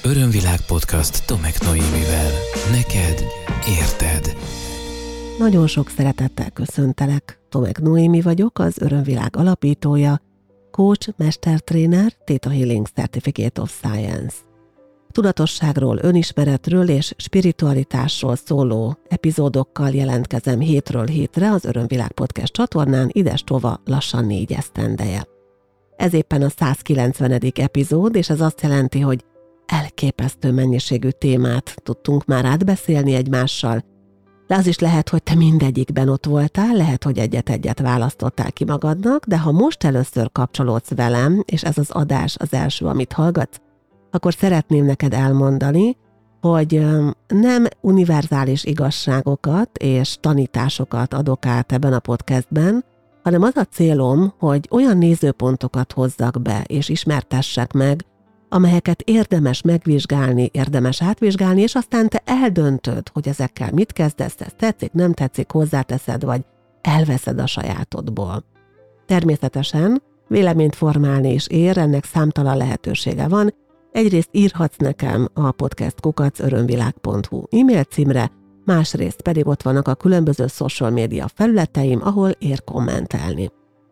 Örömvilág podcast Tomek Noémivel. Neked érted. Nagyon sok szeretettel köszöntelek. Tomek Noémi vagyok, az Örömvilág alapítója, coach, mestertréner, Theta Healing Certificate of Science. Tudatosságról, önismeretről és spiritualitásról szóló epizódokkal jelentkezem hétről hétre az Örömvilág podcast csatornán, idestova lassan 4 esztendeje. Ez éppen a 190. epizód, és ez azt jelenti, hogy elképesztő mennyiségű témát tudtunk már átbeszélni egymással, de az is lehet, hogy te mindegyikben ott voltál, lehet, hogy egyet-egyet választottál ki magadnak, de ha most először kapcsolódsz velem, és ez az adás az első, amit hallgatsz, akkor szeretném neked elmondani, hogy nem univerzális igazságokat és tanításokat adok át ebben a podcastben, hanem az a célom, hogy olyan nézőpontokat hozzak be és ismertessek meg, amelyeket érdemes megvizsgálni, érdemes átvizsgálni, és aztán te eldöntöd, hogy ezekkel mit kezdesz, ez tetszik, nem tetszik, hozzáteszed, vagy elveszed a sajátodból. Természetesen véleményt formálni is ér, ennek számtalan lehetősége van. Egyrészt írhatsz nekem a podcast@örömvilág.hu e-mail címre, másrészt pedig ott vannak a különböző social média felületeim, ahol ér kommentelni.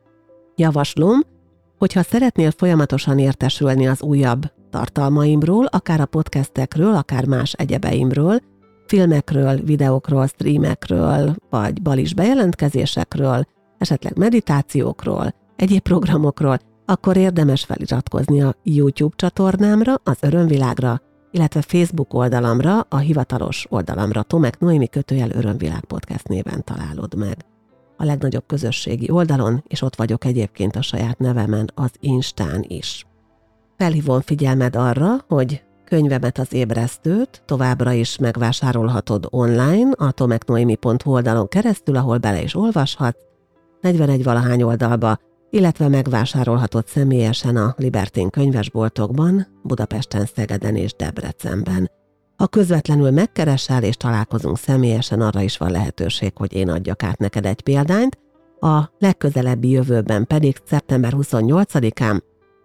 Javaslom, hogyha szeretnél folyamatosan értesülni az újabb tartalmaimról, akár a podcastekről, akár más egyebeimről, filmekről, videókról, streamekről, vagy balis bejelentkezésekről, esetleg meditációkról, egyéb programokról, akkor érdemes feliratkozni a YouTube csatornámra, az Örömvilágra, illetve Facebook oldalamra, a hivatalos oldalamra, Tomek Noémi _Örömvilág podcast néven találod meg. A legnagyobb közösségi oldalon, és ott vagyok egyébként a saját nevemen, az Instán is. Felhívom figyelmed arra, hogy könyvemet, az Ébresztőt továbbra is megvásárolhatod online, a tomeknoemi.hu oldalon keresztül, ahol bele is olvashatsz, 41 valahány oldalba, illetve megvásárolhatod személyesen a Libertine könyvesboltokban, Budapesten, Szegeden és Debrecenben. Ha közvetlenül megkeresel és találkozunk személyesen, arra is van lehetőség, hogy én adjak át neked egy példányt, a legközelebbi jövőben pedig szeptember 28-án,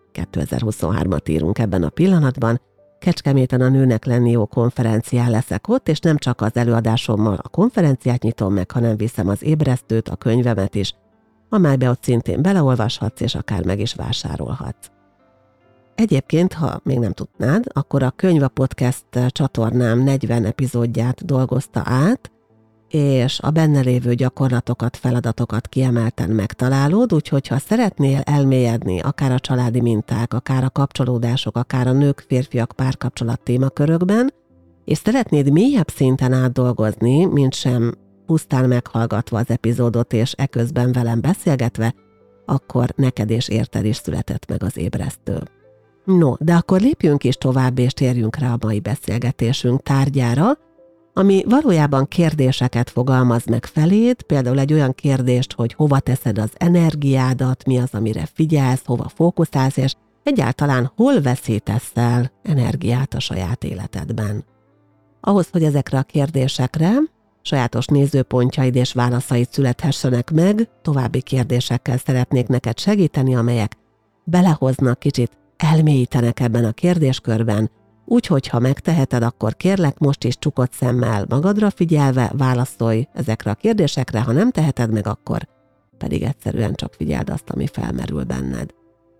2023-at írunk ebben a pillanatban, Kecskeméten a Nőnek lenni jó konferencián leszek ott, és nem csak az előadásommal a konferenciát nyitom meg, hanem viszem az Ébresztőt, a könyvemet is, amelybe ott szintén beleolvashatsz, és akár meg is vásárolhatsz. Egyébként, ha még nem tudnád, akkor a Könyv a Podcast csatornám 40 epizódját dolgozta át, és a benne lévő gyakorlatokat, feladatokat kiemelten megtalálod, úgyhogy ha szeretnél elmélyedni akár a családi minták, akár a kapcsolódások, akár a nők-férfiak párkapcsolat témakörökben, és szeretnéd mélyebb szinten átdolgozni, mint sem pusztán meghallgatva az epizódot és eközben velem beszélgetve, akkor neked és érted is született meg az Ébresztő. No, de akkor lépjünk is tovább, és térjünk rá a mai beszélgetésünk tárgyára, ami valójában kérdéseket fogalmaz meg feléd, például egy olyan kérdést, hogy hova teszed az energiádat, mi az, amire figyelsz, hova fókuszálsz, és egyáltalán hol veszítesz el energiát a saját életedben. Ahhoz, hogy ezekre a kérdésekre sajátos nézőpontjaid és válaszaid születhessenek meg, további kérdésekkel szeretnék neked segíteni, amelyek belehoznak, kicsit elmélyítenek ebben a kérdéskörben, úgyhogy ha megteheted, akkor kérlek most is csukott szemmel magadra figyelve válaszolj ezekre a kérdésekre, ha nem teheted meg, akkor pedig egyszerűen csak figyeld azt, ami felmerül benned.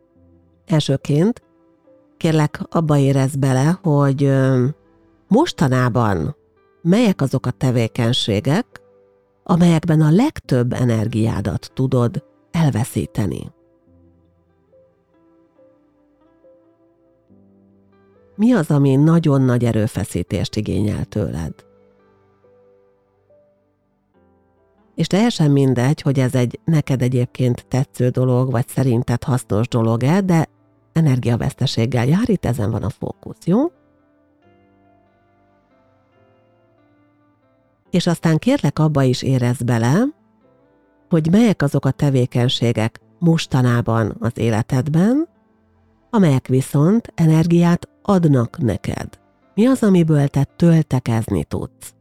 Elsőként kérlek abba érezd bele, hogy mostanában melyek azok a tevékenységek, amelyekben a legtöbb energiádat tudod elveszíteni. Mi az, ami nagyon nagy erőfeszítést igényel tőled? És teljesen mindegy, hogy ez egy neked egyébként tetsző dolog, vagy szerinted hasznos dolog-e, de energiaveszteséggel jár, itt ezen van a fókusz, jó? És aztán kérlek abba is érezd bele, hogy melyek azok a tevékenységek mostanában az életedben, amelyek viszont energiát adnak neked. Mi az, amiből te töltekezni tudsz?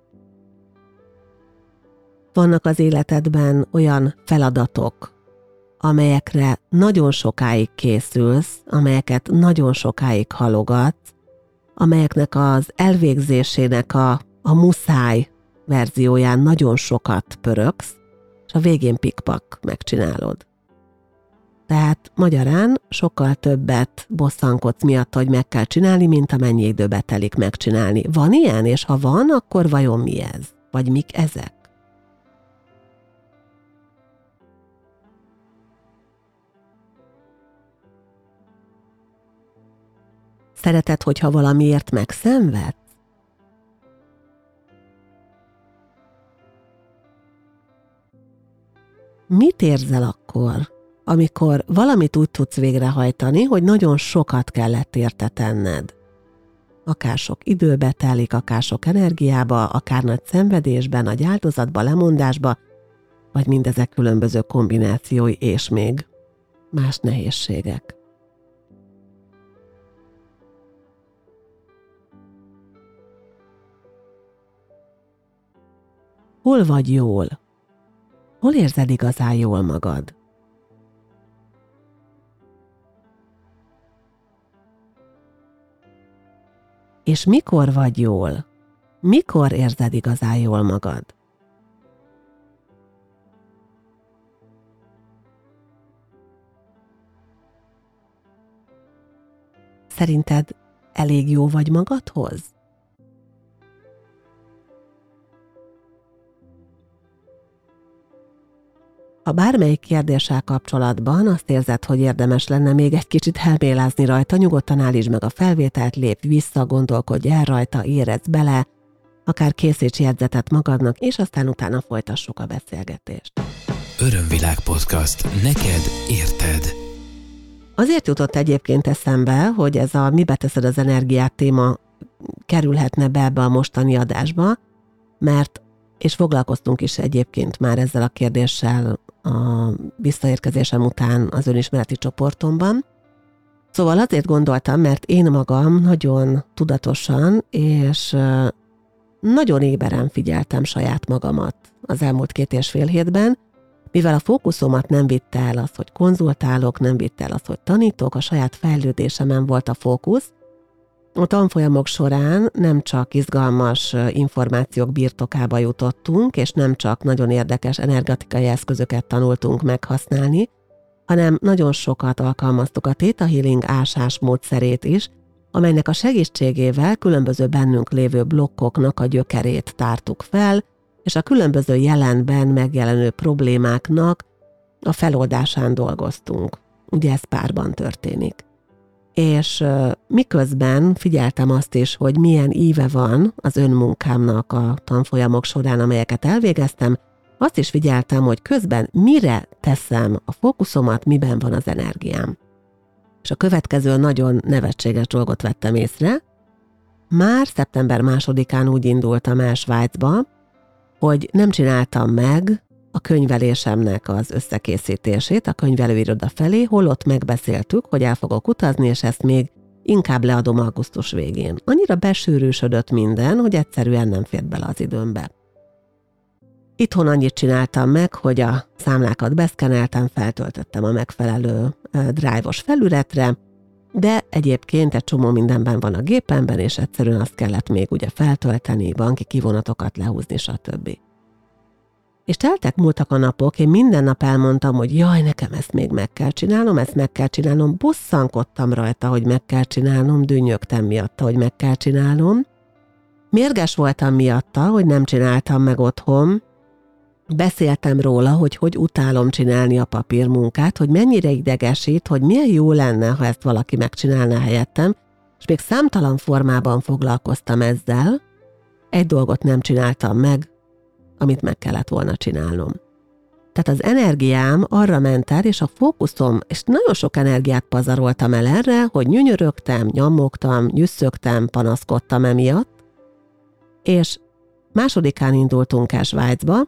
Vannak az életedben olyan feladatok, amelyekre nagyon sokáig készülsz, amelyeket nagyon sokáig halogatsz, amelyeknek az elvégzésének a muszáj verzióján nagyon sokat pöröksz, és a végén pikpak megcsinálod. Tehát magyarán sokkal többet bosszankodsz miatt, hogy meg kell csinálni, mint amennyi időbe telik megcsinálni. Van ilyen, és ha van, akkor vajon mi ez? Vagy mik ezek? Szereted, hogyha valamiért megszenvedsz? Mit érzel akkor, amikor valamit úgy tudsz végrehajtani, hogy nagyon sokat kellett érte tenned? Akár sok időbe telik, akár sok energiába, akár nagy szenvedésben, nagy áldozatba, lemondásba, vagy mindezek különböző kombinációi és még más nehézségek. Hol vagy jól? Hol érzed igazán jól magad? És mikor vagy jól? Mikor érzed igazán jól magad? Szerinted elég jó vagy magadhoz? Ha bármelyik kérdéssel kapcsolatban azt érzed, hogy érdemes lenne még egy kicsit elmélázni rajta, nyugodtan állítsd meg a felvételt, lépj vissza, gondolkodj el rajta, érezd bele, akár készíts jegyzetet magadnak, és aztán utána folytassuk a beszélgetést. Örömvilág podcast. Neked érted. Azért jutott egyébként eszembe, hogy ez a mibe teszed az energiát téma kerülhetne be ebbe a mostani adásba, mert és foglalkoztunk is egyébként már ezzel a kérdéssel a visszaérkezésem után az önismereti csoportomban. Szóval azért gondoltam, mert én magam nagyon tudatosan és nagyon éberen figyeltem saját magamat az elmúlt 2,5 hétben, mivel a fókuszomat nem vitte el az, hogy konzultálok, nem vitte el az, hogy tanítok, a saját fejlődésemen volt a fókusz. A tanfolyamok során nem csak izgalmas információk birtokába jutottunk, és nem csak nagyon érdekes energetikai eszközöket tanultunk meghasználni, hanem nagyon sokat alkalmaztuk a Theta Healing ásás módszerét is, amelynek a segítségével különböző bennünk lévő blokkoknak a gyökerét tártuk fel, és a különböző jelenben megjelenő problémáknak a feloldásán dolgoztunk. Ugye ez párban történik. És miközben figyeltem azt is, hogy milyen íve van az önmunkámnak a tanfolyamok során, amelyeket elvégeztem, azt is figyeltem, hogy közben mire teszem a fókuszomat, miben van az energiám. És a következő nagyon nevetséges dolgot vettem észre. Már szeptember 2-án úgy indultam el Svájcba, hogy nem csináltam meg a könyvelésemnek az összekészítését a könyvelőiroda felé, holott megbeszéltük, hogy el fogok utazni, és ezt még inkább leadom augusztus végén. Annyira besűrűsödött minden, hogy egyszerűen nem fért bele az időmbe. Itthon annyit csináltam meg, hogy a számlákat beszkeneltem, feltöltöttem a megfelelő drive-os felületre, de egyébként egy csomó mindenben van a gépemben, és egyszerűen azt kellett még ugye feltölteni, banki kivonatokat lehúzni, stb. És múltak a napok, én minden nap elmondtam, hogy jaj, nekem ezt még meg kell csinálnom, bosszankodtam rajta, hogy meg kell csinálnom, dünnyögtem miatta, hogy meg kell csinálnom. Mérges voltam miatta, hogy nem csináltam meg otthon, beszéltem róla, hogy utálom csinálni a papírmunkát, hogy mennyire idegesít, hogy milyen jó lenne, ha ezt valaki megcsinálná helyettem, és még számtalan formában foglalkoztam ezzel, egy dolgot nem csináltam meg, amit meg kellett volna csinálnom. Tehát az energiám arra ment el, és a fókuszom, és nagyon sok energiát pazaroltam el erre, hogy nyünyörögtem, nyammogtam, nyüsszögtem, panaszkodtam emiatt, és 2-án indultunk el Svájcba,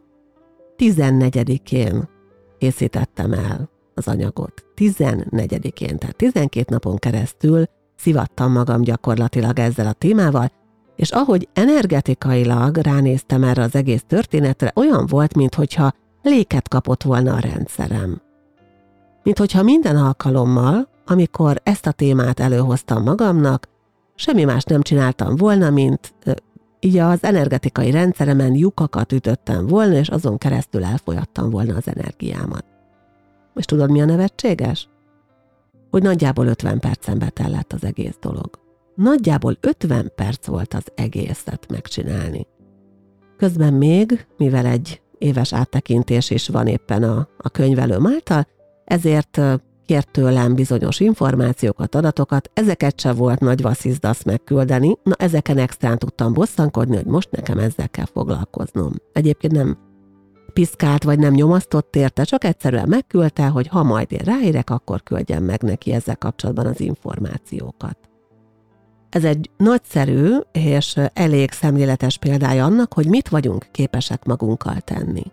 14-én készítettem el az anyagot. 14-én, tehát 12 napon keresztül szivattam magam gyakorlatilag ezzel a témával, és ahogy energetikailag ránéztem erre az egész történetre, olyan volt, minthogyha léket kapott volna a rendszerem. Mint hogyha minden alkalommal, amikor ezt a témát előhoztam magamnak, semmi más nem csináltam volna, mint így az energetikai rendszeremen lyukakat ütöttem volna, és azon keresztül elfolyattam volna az energiámat. És tudod, mi a nevetséges? Hogy nagyjából 50 percen betellett az egész dolog. Nagyjából 50 perc volt az egészet megcsinálni. Közben még, mivel egy éves áttekintés is van éppen a könyvelőm által, ezért kért tőlem bizonyos információkat, adatokat, ezeket se volt nagy vasszizdasz megküldeni, na ezeken extrán tudtam bosszankodni, hogy most nekem ezzel kell foglalkoznom. Egyébként nem piszkált vagy nem nyomasztott érte, csak egyszerűen megküldte, hogy ha majd én ráérek, akkor küldjem meg neki ezzel kapcsolatban az információkat. Ez egy nagyszerű és elég szemléletes példája annak, hogy mit vagyunk képesek magunkkal tenni.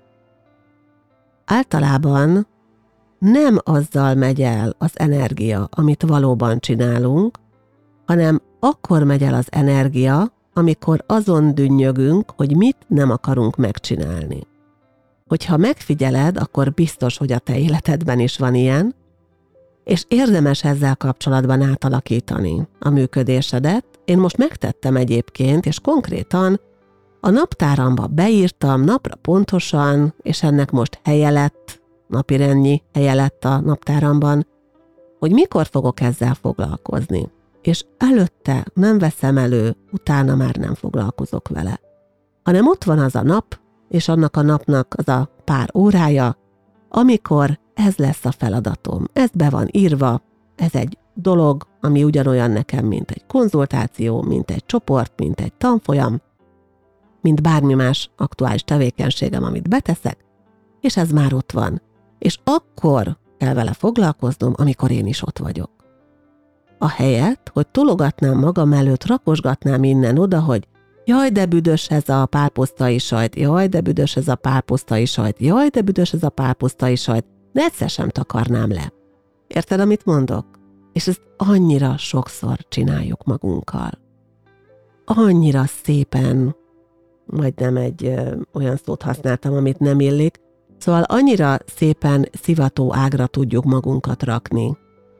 Általában nem azzal megy el az energia, amit valóban csinálunk, hanem akkor megy el az energia, amikor azon dünnyögünk, hogy mit nem akarunk megcsinálni. Hogyha megfigyeled, akkor biztos, hogy a te életedben is van ilyen, és érdemes ezzel kapcsolatban átalakítani a működésedet. Én most megtettem egyébként, és konkrétan a naptáramba beírtam napra pontosan, és ennek most helye lett, napirendnyi helye lett a naptáramban, hogy mikor fogok ezzel foglalkozni. És előtte nem veszem elő, utána már nem foglalkozok vele. Hanem ott van az a nap, és annak a napnak az a pár órája, amikor ez lesz a feladatom. Ez be van írva, ez egy dolog, ami ugyanolyan nekem, mint egy konzultáció, mint egy csoport, mint egy tanfolyam, mint bármi más aktuális tevékenységem, amit beteszek, és ez már ott van. És akkor kell vele foglalkoznom, amikor én is ott vagyok. Ahelyett, hogy tologatnám magam előtt, rakosgatnám innen oda, hogy jaj, de büdös ez a pálposztai sajt, jaj, de büdös ez a pálposztai sajt, jaj, de büdös ez a pálposztai sajt, de egyszer sem takarnám le. Érted, amit mondok? És ezt annyira sokszor csináljuk magunkkal. Annyira szépen, majdnem egy olyan szót használtam, amit nem illik, szóval annyira szépen szivató ágra tudjuk magunkat rakni,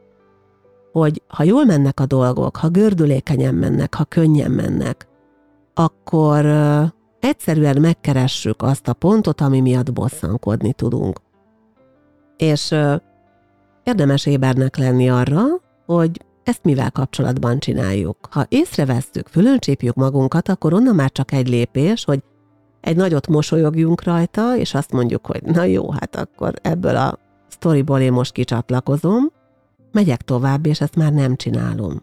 hogy ha jól mennek a dolgok, ha gördülékenyen mennek, ha könnyen mennek, akkor egyszerűen megkeressük azt a pontot, ami miatt bosszankodni tudunk. És érdemes ébernek lenni arra, hogy ezt mivel kapcsolatban csináljuk. Ha észrevesszük, fülöncsípjük magunkat, akkor onnan már csak egy lépés, hogy egy nagyot mosolyogjunk rajta, és azt mondjuk, hogy na jó, hát akkor ebből a sztoriból én most kicsatlakozom, megyek tovább, és ezt már nem csinálom.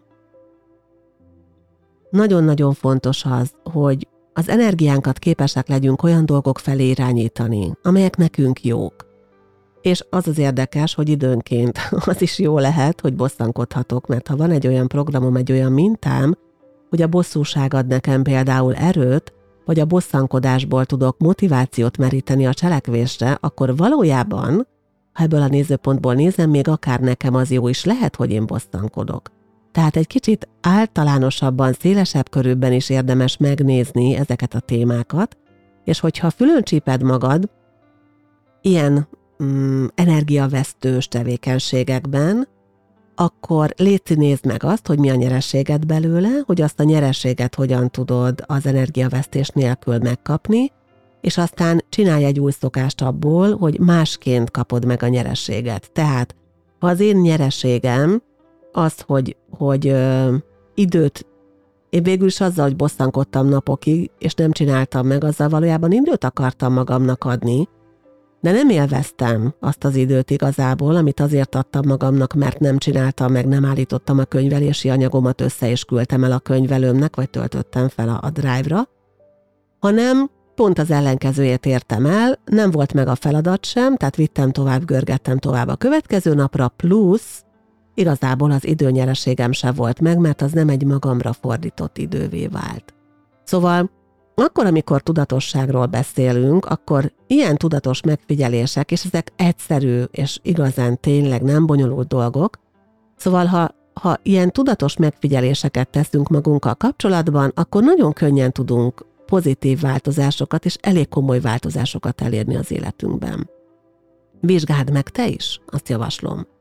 Nagyon-nagyon fontos az, hogy az energiánkat képesek legyünk olyan dolgok felé irányítani, amelyek nekünk jók. És az az érdekes, hogy időnként az is jó lehet, hogy bosszankodhatok, mert ha van egy olyan programom, egy olyan mintám, hogy a bosszúság ad nekem például erőt, vagy a bosszankodásból tudok motivációt meríteni a cselekvésre, akkor valójában, ha ebből a nézőpontból nézem, még akár nekem az jó is lehet, hogy én bosszankodok. Tehát egy kicsit általánosabban, szélesebb körülben is érdemes megnézni ezeket a témákat, és hogyha fülöncsíped magad ilyen energiavesztős tevékenységekben, akkor léci nézd meg azt, hogy mi a nyereséged belőle, hogy azt a nyereséget hogyan tudod az energiavesztés nélkül megkapni, és aztán csinálj egy új szokást abból, hogy másként kapod meg a nyereséget. Tehát, ha az én nyereségem az, hogy időt, én végül is azzal, hogy bosszankodtam napokig, és nem csináltam meg, azzal valójában időt akartam magamnak adni, de nem élveztem azt az időt igazából, amit azért adtam magamnak, mert nem csináltam meg, nem állítottam a könyvelési anyagomat össze, és küldtem el a könyvelőmnek, vagy töltöttem fel a Drive-ra, hanem pont az ellenkezőjét értem el, nem volt meg a feladat sem, tehát vittem tovább, görgettem tovább a következő napra, plusz igazából az időnyereségem se volt meg, mert az nem egy magamra fordított idővé vált. Szóval akkor, amikor tudatosságról beszélünk, akkor ilyen tudatos megfigyelések, és ezek egyszerű és igazán tényleg nem bonyolult dolgok, szóval ha ilyen tudatos megfigyeléseket teszünk magunkkal kapcsolatban, akkor nagyon könnyen tudunk pozitív változásokat és elég komoly változásokat elérni az életünkben. Vizsgáld meg te is, azt javaslom.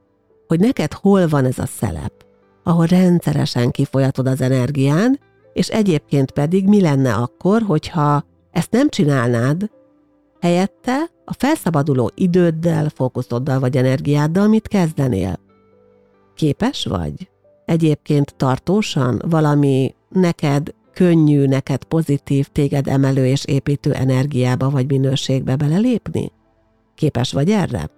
hogy neked hol van ez a szelep, ahol rendszeresen kifolyatod az energián, és egyébként pedig mi lenne akkor, hogyha ezt nem csinálnád, helyette a felszabaduló időddel, fókuszoddal vagy energiáddal mit kezdenél? Képes vagy? Egyébként tartósan valami neked könnyű, neked pozitív, téged emelő és építő energiába vagy minőségbe belelépni? Képes vagy erre?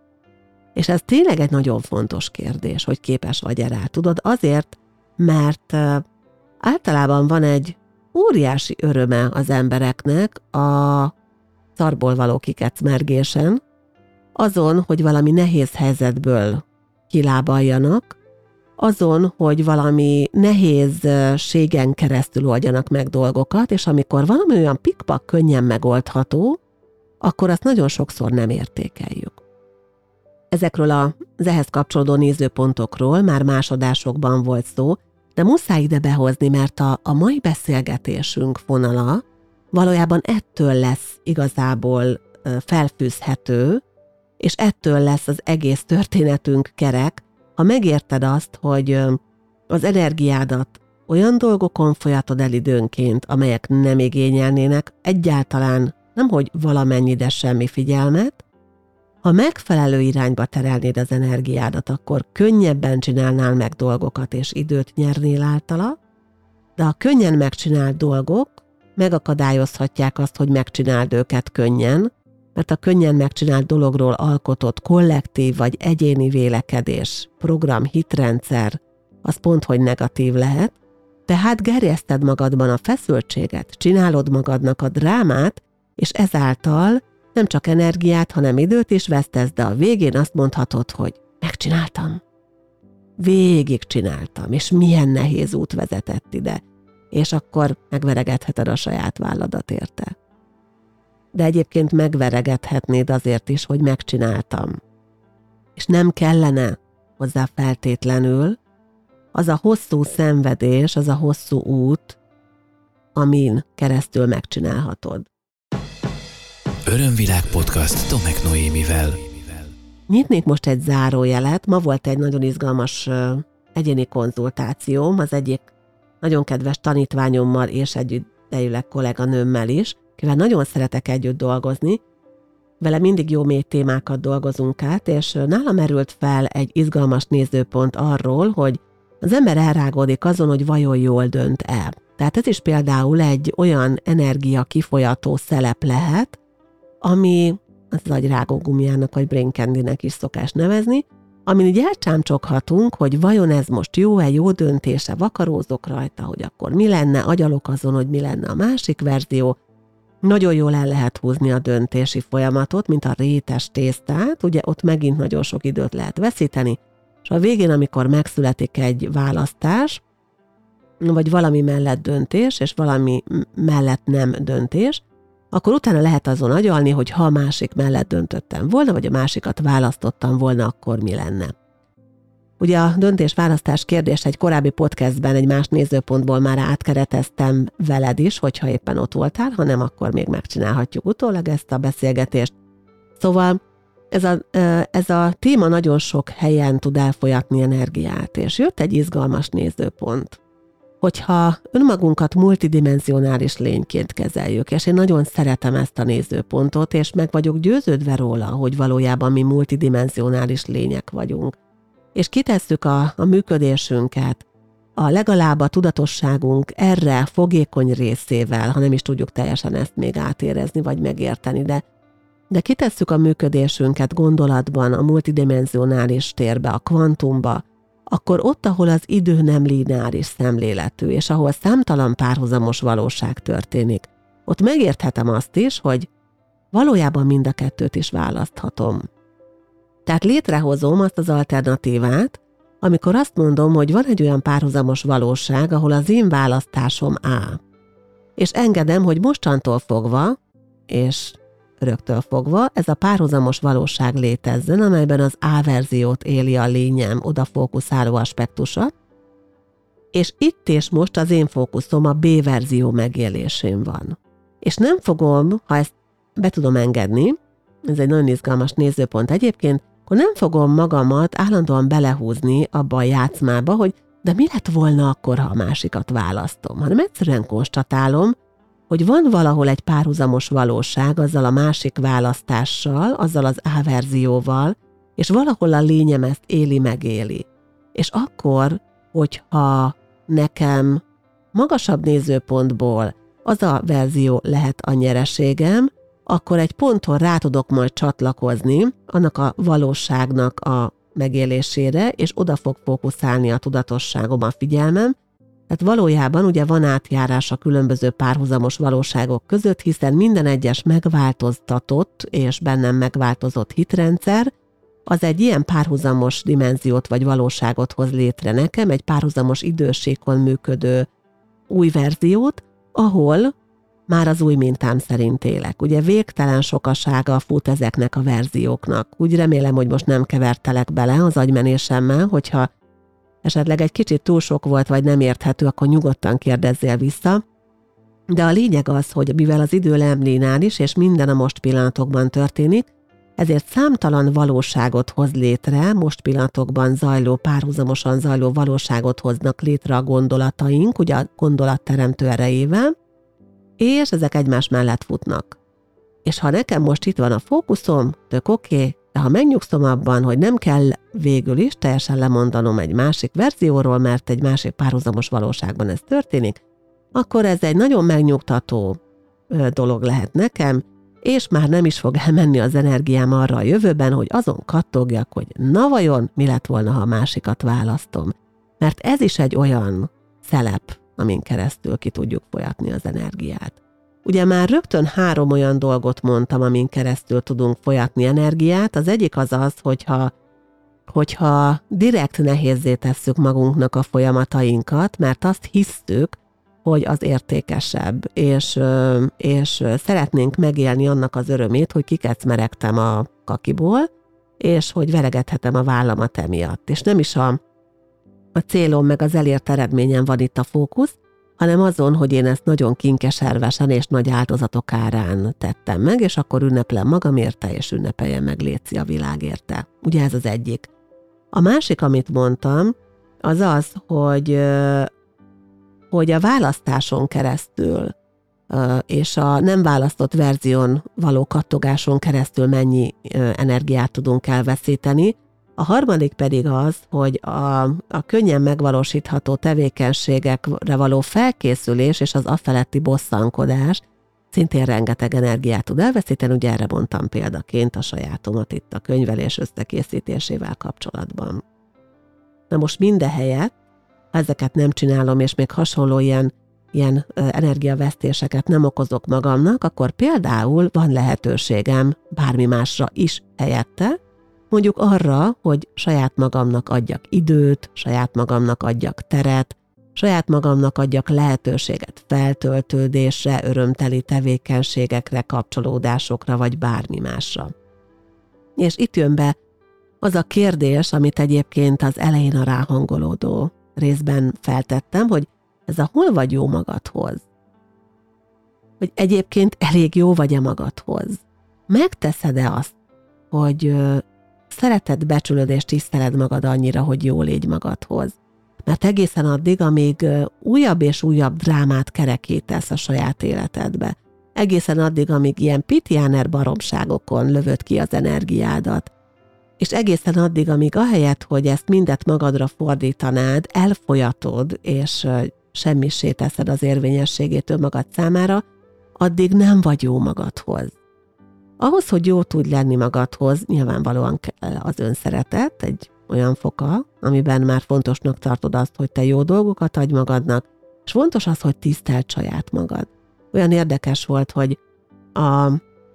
És ez tényleg egy nagyon fontos kérdés, hogy képes vagy erre. Tudod, azért, mert általában van egy óriási öröme az embereknek a szarból való kikecmergésen, azon, hogy valami nehéz helyzetből kilábaljanak, azon, hogy valami nehézségen keresztül oldjanak meg dolgokat, és amikor valami olyan pikpak könnyen megoldható, akkor azt nagyon sokszor nem értékeljük. Ezekről az ehhez kapcsolódó nézőpontokról már más adásokban volt szó, de muszáj ide behozni, mert a mai beszélgetésünk fonala valójában ettől lesz igazából felfűzhető, és ettől lesz az egész történetünk kerek, ha megérted azt, hogy az energiádat olyan dolgokon folyatod el időnként, amelyek nem igényelnének egyáltalán nemhogy valamennyi, de semmi figyelmet, ha megfelelő irányba terelnéd az energiádat, akkor könnyebben csinálnál meg dolgokat, és időt nyernél általa, de a könnyen megcsinált dolgok megakadályozhatják azt, hogy megcsináld őket könnyen, mert a könnyen megcsinált dologról alkotott kollektív vagy egyéni vélekedés, program, hitrendszer, az pont, hogy negatív lehet, tehát gerjeszted magadban a feszültséget, csinálod magadnak a drámát, és ezáltal nem csak energiát, hanem időt is vesztesz, de a végén azt mondhatod, hogy megcsináltam. Végig csináltam, és milyen nehéz út vezetett ide, és akkor megveregetheted a saját válladat érte. De egyébként megveregethetnéd azért is, hogy megcsináltam. És nem kellene hozzá feltétlenül az a hosszú szenvedés, az a hosszú út, amin keresztül megcsinálhatod. Örömvilág podcast Tomek Noémivel. Nyitnék most egy zárójelet. Ma volt egy nagyon izgalmas egyéni konzultációm az egyik nagyon kedves tanítványommal és együttejűleg kolléganőmmel is, kivel nagyon szeretek együtt dolgozni. Vele mindig jó mély témákat dolgozunk át, és nála merült fel egy izgalmas nézőpont arról, hogy az ember elrágódik azon, hogy vajon jól dönt-e. Tehát ez is például egy olyan energia kifolyató szelep lehet, ami az agyrágógumiának vagy brain candy-nek is szokás nevezni, amin így elcsámcsoghatunk, hogy vajon ez most jó-e, jó döntése, vakarózok rajta, hogy akkor mi lenne, agyalok azon, hogy mi lenne a másik verzió. Nagyon jól el lehet húzni a döntési folyamatot, mint a rétes tésztát, ugye ott megint nagyon sok időt lehet veszíteni, és a végén, amikor megszületik egy választás, vagy valami mellett döntés, és valami mellett nem döntés, akkor utána lehet azon agyalni, hogy ha a másik mellett döntöttem volna, vagy a másikat választottam volna, akkor mi lenne. Ugye a döntés-választás kérdést egy korábbi podcastben egy más nézőpontból már átkereteztem veled is, hogyha éppen ott voltál, ha nem, akkor még megcsinálhatjuk utólag ezt a beszélgetést. Szóval ez a téma nagyon sok helyen tud elfolyatni energiát, és jött egy izgalmas nézőpont. Hogyha önmagunkat multidimensionális lényként kezeljük, és én nagyon szeretem ezt a nézőpontot, és meg vagyok győződve róla, hogy valójában mi multidimensionális lények vagyunk, és kitesszük a működésünket, legalább a tudatosságunk erre fogékony részével, ha nem is tudjuk teljesen ezt még átérezni, vagy megérteni, de kitesszük a működésünket gondolatban a multidimensionális térbe, a kvantumba, akkor ott, ahol az idő nem lineáris szemléletű, és ahol számtalan párhuzamos valóság történik, ott megérthetem azt is, hogy valójában mind a kettőt is választhatom. Tehát létrehozom azt az alternatívát, amikor azt mondom, hogy van egy olyan párhuzamos valóság, ahol az én választásom A. És engedem, hogy mostantól fogva, és öröktől fogva ez a párhuzamos valóság létezzen, amelyben az A verziót éli a lényem oda fókuszáló aspektusa, és itt és most az én fókuszom a B verzió megélésén van. És nem fogom, ha ezt be tudom engedni, ez egy nagyon izgalmas nézőpont egyébként, akkor nem fogom magamat állandóan belehúzni abba a játszmába, hogy de mi lett volna akkor, ha a másikat választom, hanem egyszerűen konstatálom, hogy van valahol egy párhuzamos valóság azzal a másik választással, azzal az A-verzióval, és valahol a lényem ezt megéli. És akkor, hogyha nekem magasabb nézőpontból az a verzió lehet a nyereségem, akkor egy ponton rá tudok majd csatlakozni annak a valóságnak a megélésére, és oda fog fókuszálni a tudatosságom, a figyelmem. Tehát valójában ugye van átjárás a különböző párhuzamos valóságok között, hiszen minden egyes megváltoztatott és bennem megváltozott hitrendszer, az egy ilyen párhuzamos dimenziót vagy valóságot hoz létre nekem, egy párhuzamos idősíkon működő új verziót, ahol már az új mintám szerint élek. Ugye végtelen sokasága fut ezeknek a verzióknak. Úgy remélem, hogy most nem kevertelek bele az agymenésemmel, hogyha esetleg egy kicsit túl sok volt, vagy nem érthető, akkor nyugodtan kérdezzél vissza. De a lényeg az, hogy mivel az idő nem lineáris, és minden a most pillanatokban történik, ezért számtalan valóságot hoz létre, most pillanatokban zajló, párhuzamosan zajló valóságot hoznak létre a gondolataink, ugye a gondolatteremtő erejével, és ezek egymás mellett futnak. És ha nekem most itt van a fókuszom, tök oké, de ha megnyugszom abban, hogy nem kell végül is teljesen lemondanom egy másik verzióról, mert egy másik párhuzamos valóságban ez történik, akkor ez egy nagyon megnyugtató dolog lehet nekem, és már nem is fog elmenni az energiám arra a jövőben, hogy azon kattogjak, hogy na vajon mi lett volna, ha a másikat választom. Mert ez is egy olyan szelep, amin keresztül ki tudjuk folyatni az energiát. Ugye már rögtön 3 olyan dolgot mondtam, amin keresztül tudunk folyatni energiát. Az egyik az az, hogyha direkt nehézzé tesszük magunknak a folyamatainkat, mert azt hisztük, hogy az értékesebb, és szeretnénk megélni annak az örömét, hogy kikecmeregtem a kakiból, és hogy veregethetem a vállamat emiatt. És nem is a célom meg az elért eredményen van itt a fókusz, hanem azon, hogy én ezt nagyon kinkeservesen és nagy áldozatok árán tettem meg, és akkor ünneplem magam érte, és ünnepeljem meg léci a világ érte. Ugye ez az egyik. A másik, amit mondtam, az az, hogy a választáson keresztül és a nem választott verzión való kattogáson keresztül mennyi energiát tudunk elveszíteni. A harmadik pedig az, hogy a könnyen megvalósítható tevékenységekre való felkészülés és az afeletti bosszankodás szintén rengeteg energiát tud elveszíteni, ugye erre mondtam példaként a sajátomat itt a könyvelés összekészítésével kapcsolatban. Na most mindehelyett, ha ezeket nem csinálom, és még hasonló ilyen energiavesztéseket nem okozok magamnak, akkor például van lehetőségem bármi másra is helyette, mondjuk arra, hogy saját magamnak adjak időt, saját magamnak adjak teret, saját magamnak adjak lehetőséget feltöltődésre, örömteli tevékenységekre, kapcsolódásokra, vagy bármi másra. És itt jön be az a kérdés, amit egyébként az elején a ráhangolódó részben feltettem, hogy ez a hol vagy jó magadhoz? Hogy egyébként elég jó vagy-e magadhoz? Megteszed-e azt, hogy szereted, becsülöd és tiszteled magad annyira, hogy jól légy magadhoz? Mert egészen addig, amíg újabb és újabb drámát kerekítesz a saját életedbe, egészen addig, amíg ilyen pitjáner baromságokon lövöd ki az energiádat, és egészen addig, amíg ahelyett, hogy ezt mindet magadra fordítanád, elfolyatod, és semmissé teszed az érvényességét önmagad számára, addig nem vagy jó magadhoz. Ahhoz, hogy jó tudj lenni magadhoz, nyilvánvalóan kell az önszeretet, egy olyan foka, amiben már fontosnak tartod azt, hogy te jó dolgokat adj magadnak, és fontos az, hogy tiszteld saját magad. Olyan érdekes volt, hogy a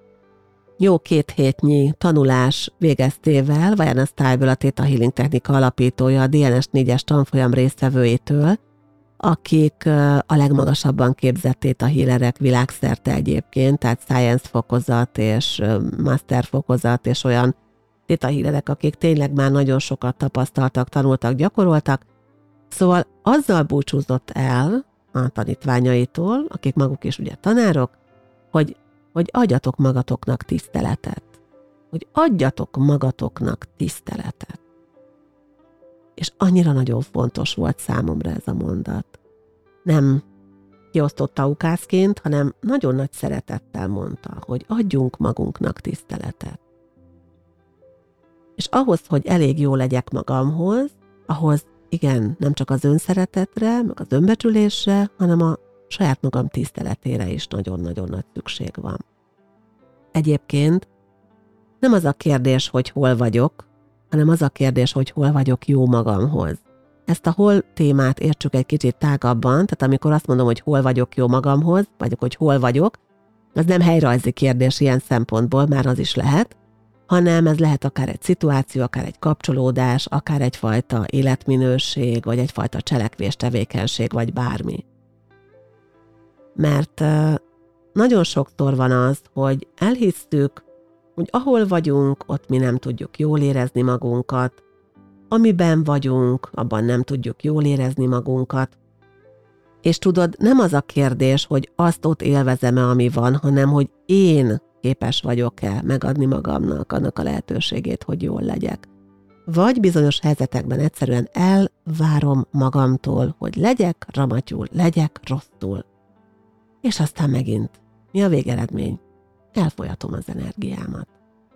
jó 2 hétnyi tanulás végeztével, Vajana Style-ből, a Theta Healing technika alapítója, a DNS 4-es tanfolyam résztvevőitől, akik a legmagasabban képzett Theta healerek világszerte egyébként, tehát Science fokozat és Master fokozat, és olyan Theta healerek, akik tényleg már nagyon sokat tapasztaltak, tanultak, gyakoroltak. Szóval azzal búcsúzott el a tanítványaitól, akik maguk is ugye tanárok, hogy adjatok magatoknak tiszteletet. hogy adjatok magatoknak tiszteletet. És annyira nagyon fontos volt számomra ez a mondat. Nem kiosztott taukászként, hanem nagyon nagy szeretettel mondta, hogy adjunk magunknak tiszteletet. És ahhoz, hogy elég jó legyek magamhoz, ahhoz igen, nem csak az önszeretetre, meg az önbecsülésre, hanem a saját magam tiszteletére is nagyon-nagyon nagy szükség van. Egyébként nem az a kérdés, hogy hol vagyok, hanem az a kérdés, hogy hol vagyok jó magamhoz. Ezt a hol témát értsük egy kicsit tágabban, tehát amikor azt mondom, hogy hol vagyok jó magamhoz, vagy hogy hol vagyok, az nem helyrajzi kérdés ilyen szempontból, már az is lehet, hanem ez lehet akár egy szituáció, akár egy kapcsolódás, akár egyfajta életminőség, vagy egyfajta cselekvés, tevékenység, vagy bármi. Mert nagyon sokszor van az, hogy elhisztük, hogy ahol vagyunk, ott mi nem tudjuk jól érezni magunkat, amiben vagyunk, abban nem tudjuk jól érezni magunkat. És tudod, nem az a kérdés, hogy azt ott élvezem-e, ami van, hanem hogy én képes vagyok-e megadni magamnak annak a lehetőségét, hogy jól legyek. Vagy bizonyos helyzetekben egyszerűen elvárom magamtól, hogy legyek ramatyul, legyek rosszul. És aztán megint, mi a végeredmény? Elfolyatom az energiámat.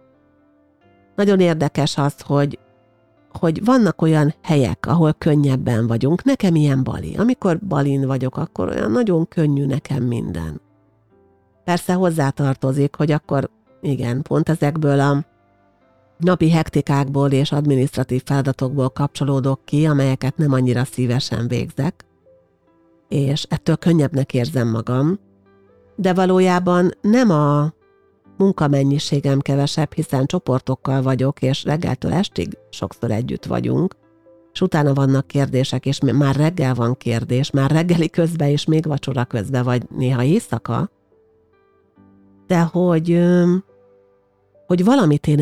Nagyon érdekes az, hogy vannak olyan helyek, ahol könnyebben vagyunk. Nekem ilyen Bali. Amikor Balin vagyok, akkor olyan nagyon könnyű nekem minden. Persze hozzátartozik, hogy akkor igen, pont ezekből a napi hektikákból és adminisztratív feladatokból kapcsolódok ki, amelyeket nem annyira szívesen végzek, és ettől könnyebbnek érzem magam, de valójában nem a munkamennyiségem kevesebb, hiszen csoportokkal vagyok, és reggeltől estig sokszor együtt vagyunk, és utána vannak kérdések, és már reggel van kérdés, már reggeli közben, és még vacsora közben, vagy néha éjszaka, de hogy valamit én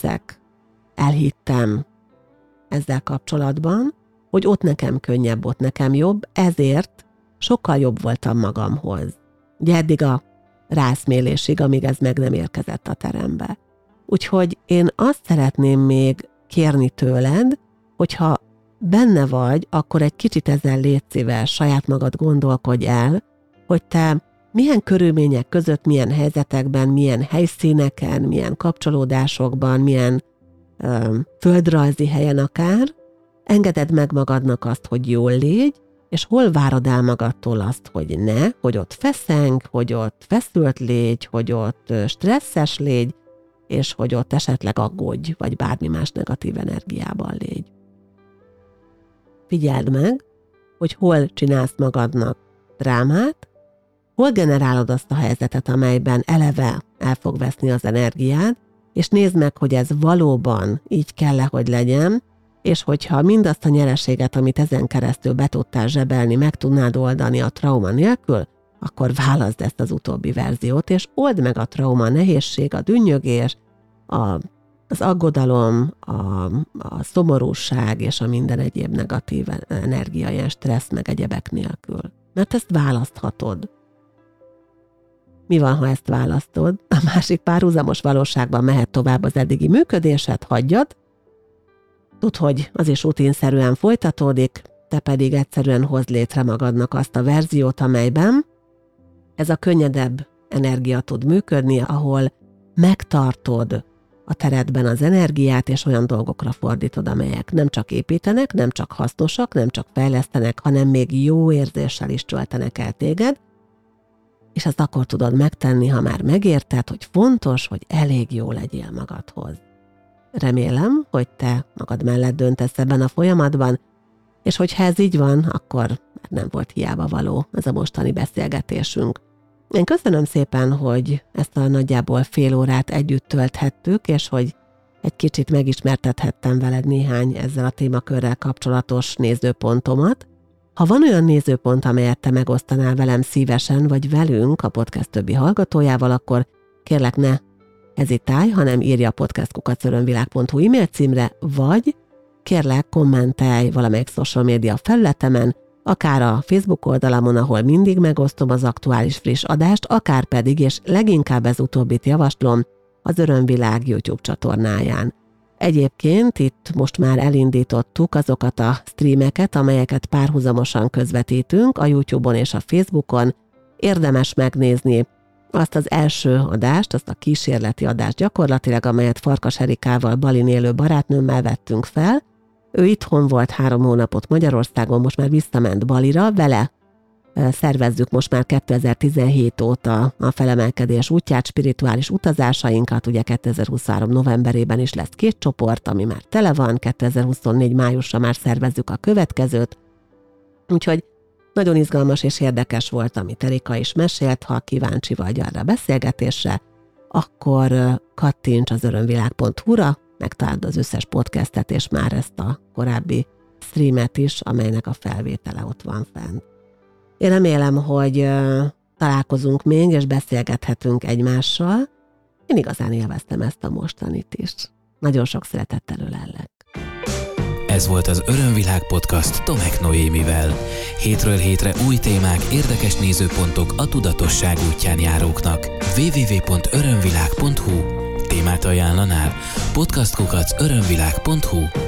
elhittem ezzel kapcsolatban, hogy ott nekem könnyebb, ott nekem jobb, ezért sokkal jobb voltam magamhoz. Ugye eddig a rászmélésig, amíg ez meg nem érkezett a terembe. Úgyhogy én azt szeretném még kérni tőled, hogyha benne vagy, akkor egy kicsit ezzel légy szíves, saját magad gondolkodj el, hogy te milyen körülmények között, milyen helyzetekben, milyen helyszíneken, milyen kapcsolódásokban, milyen földrajzi helyen akár, engeded meg magadnak azt, hogy jól légy, és hol várod el magadtól azt, hogy ne, hogy ott feszeng, hogy ott feszült légy, hogy ott stresszes légy, és hogy ott esetleg aggódj, vagy bármi más negatív energiában légy. Figyeld meg, hogy hol csinálsz magadnak drámát, hol generálod azt a helyzetet, amelyben eleve el fog veszni az energiád, és nézd meg, hogy ez valóban így kell-e, hogy legyen, és hogyha mindazt a nyereséget, amit ezen keresztül be tudtál zsebelni, meg tudnád oldani a trauma nélkül, akkor válaszd ezt az utóbbi verziót, és old meg a trauma, a nehézség, a dünnyögés, az aggodalom, a szomorúság és a minden egyéb negatív energia, ilyen stressz meg egyebek nélkül. Mert ezt választhatod. Mi van, ha ezt választod? A másik párhuzamos valóságban mehet tovább az eddigi működésed, hagyjad. Tudd, hogy az is rutinszerűen folytatódik, te pedig egyszerűen hozd létre magadnak azt a verziót, amelyben ez a könnyedebb energia tud működni, ahol megtartod a teredben az energiát, és olyan dolgokra fordítod, amelyek nem csak építenek, nem csak hasznosak, nem csak fejlesztenek, hanem még jó érzéssel is töltenek el téged, és ezt akkor tudod megtenni, ha már megérted, hogy fontos, hogy elég jó legyél magadhoz. Remélem, hogy te magad mellett döntesz ebben a folyamatban, és hogyha ez így van, akkor már nem volt hiába való ez a mostani beszélgetésünk. Én köszönöm szépen, hogy ezt a nagyjából fél órát együtt tölthettük, és hogy egy kicsit megismertethettem veled néhány ezzel a témakörrel kapcsolatos nézőpontomat. Ha van olyan nézőpont, amelyet te megosztanál velem szívesen, vagy velünk a podcast többi hallgatójával, akkor kérlek ne hezitálj, hanem írj a podcast@örömvilág.hu e-mail címre, vagy kérlek kommentelj valamelyik social média felületemen, akár a Facebook oldalamon, ahol mindig megosztom az aktuális friss adást, akár pedig, és leginkább ez utóbbit javaslom, az Örömvilág YouTube csatornáján. Egyébként itt most már elindítottuk azokat a streameket, amelyeket párhuzamosan közvetítünk a YouTube-on és a Facebookon. Érdemes megnézni azt az első adást, azt a kísérleti adást gyakorlatilag, amelyet Farkas Erikával, Balin élő barátnőmmel vettünk fel. Ő itthon volt 3 hónapot Magyarországon, most már visszament Balira, vele szervezzük most már 2017 óta a felemelkedés útját, spirituális utazásainkat, ugye 2023 novemberében is lesz 2 csoport, ami már tele van, 2024 májusra már szervezzük a következőt, úgyhogy nagyon izgalmas és érdekes volt, amit Erika is mesélt, ha kíváncsi vagy arra a beszélgetésre, akkor kattints az örömvilág.hu-ra, megtaláld az összes podcastet, és már ezt a korábbi streamet is, amelynek a felvétele ott van fent. Én remélem, hogy találkozunk még, és beszélgethetünk egymással. Én igazán élveztem ezt a mostanit is. Nagyon sok szeretettel ölellek. Ez volt az Örömvilág podcast Tomek Noémivel. Hétről hétre új témák, érdekes nézőpontok a tudatosság útján járóknak. www.örömvilág.hu Témát ajánlanál? podcastkukac.örömvilág.hu